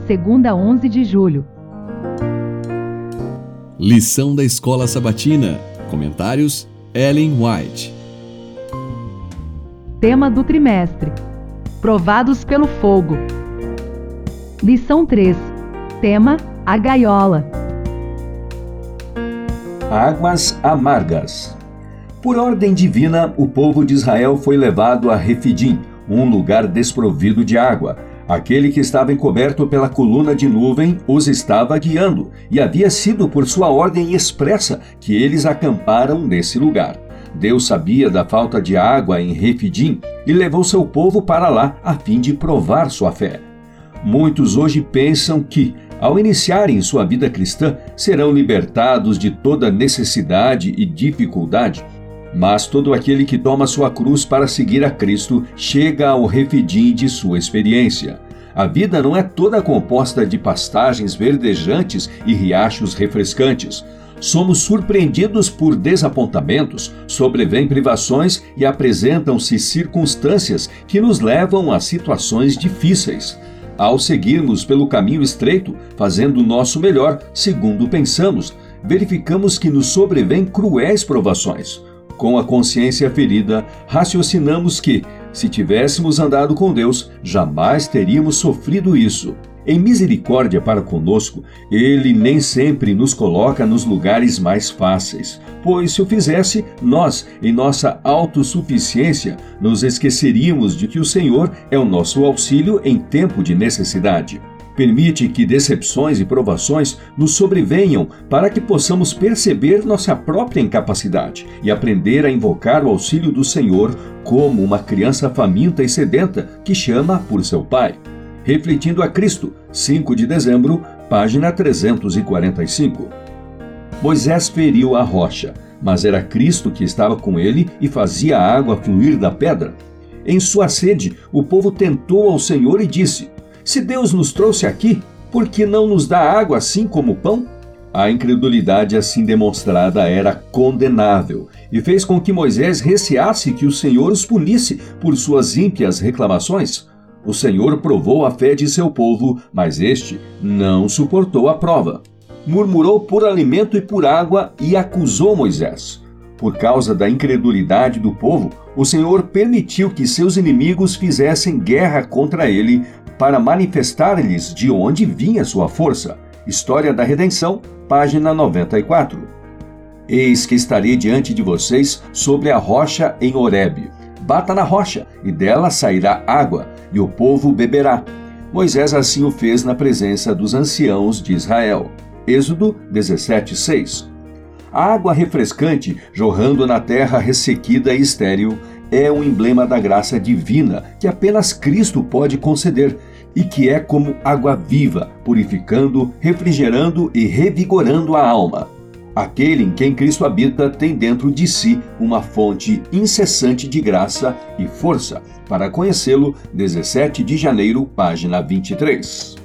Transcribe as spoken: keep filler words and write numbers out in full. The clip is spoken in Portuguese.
segunda, onze de julho. Lição da Escola Sabatina. Comentários: Ellen White. Tema do trimestre: Provados pelo fogo. Lição três. Tema: a gaiola. Águas amargas. Por ordem divina, o povo de Israel foi levado a Refidim, um lugar desprovido de água. Aquele que estava encoberto pela coluna de nuvem os estava guiando, e havia sido por sua ordem expressa que eles acamparam nesse lugar. Deus sabia da falta de água em Refidim e levou seu povo para lá a fim de provar sua fé. Muitos hoje pensam que, ao iniciarem sua vida cristã, serão libertados de toda necessidade e dificuldade. Mas todo aquele que toma sua cruz para seguir a Cristo chega ao Refidim de sua experiência. A vida não é toda composta de pastagens verdejantes e riachos refrescantes. Somos surpreendidos por desapontamentos, sobrevêm privações e apresentam-se circunstâncias que nos levam a situações difíceis. Ao seguirmos pelo caminho estreito, fazendo o nosso melhor, segundo pensamos, verificamos que nos sobrevêm cruéis provações. Com a consciência ferida, raciocinamos que, se tivéssemos andado com Deus, jamais teríamos sofrido isso. Em misericórdia para conosco, Ele nem sempre nos coloca nos lugares mais fáceis, pois se o fizesse, nós, em nossa autossuficiência, nos esqueceríamos de que o Senhor é o nosso auxílio em tempo de necessidade. Permite que decepções e provações nos sobrevenham para que possamos perceber nossa própria incapacidade e aprender a invocar o auxílio do Senhor como uma criança faminta e sedenta que chama por seu pai. Refletindo a Cristo, cinco de dezembro, página trezentos e quarenta e cinco. Moisés feriu a rocha, mas era Cristo que estava com ele e fazia a água fluir da pedra. Em sua sede, o povo tentou ao Senhor e disse: se Deus nos trouxe aqui, por que não nos dá água assim como pão? A incredulidade assim demonstrada era condenável e fez com que Moisés receasse que o Senhor os punisse por suas ímpias reclamações. O Senhor provou a fé de seu povo, mas este não suportou a prova. Murmurou por alimento e por água e acusou Moisés. Por causa da incredulidade do povo, o Senhor permitiu que seus inimigos fizessem guerra contra ele para manifestar-lhes de onde vinha sua força. História da Redenção, página noventa e quatro. Eis que estarei diante de vocês sobre a rocha em Horebe. Bata na rocha, e dela sairá água, e o povo beberá. Moisés assim o fez na presença dos anciãos de Israel. Êxodo dezessete, seis. A água refrescante, jorrando na terra ressequida e estéril, é um emblema da graça divina que apenas Cristo pode conceder e que é como água viva, purificando, refrigerando e revigorando a alma. Aquele em quem Cristo habita tem dentro de si uma fonte incessante de graça e força. Para conhecê-lo, dezessete de janeiro, página vinte e três.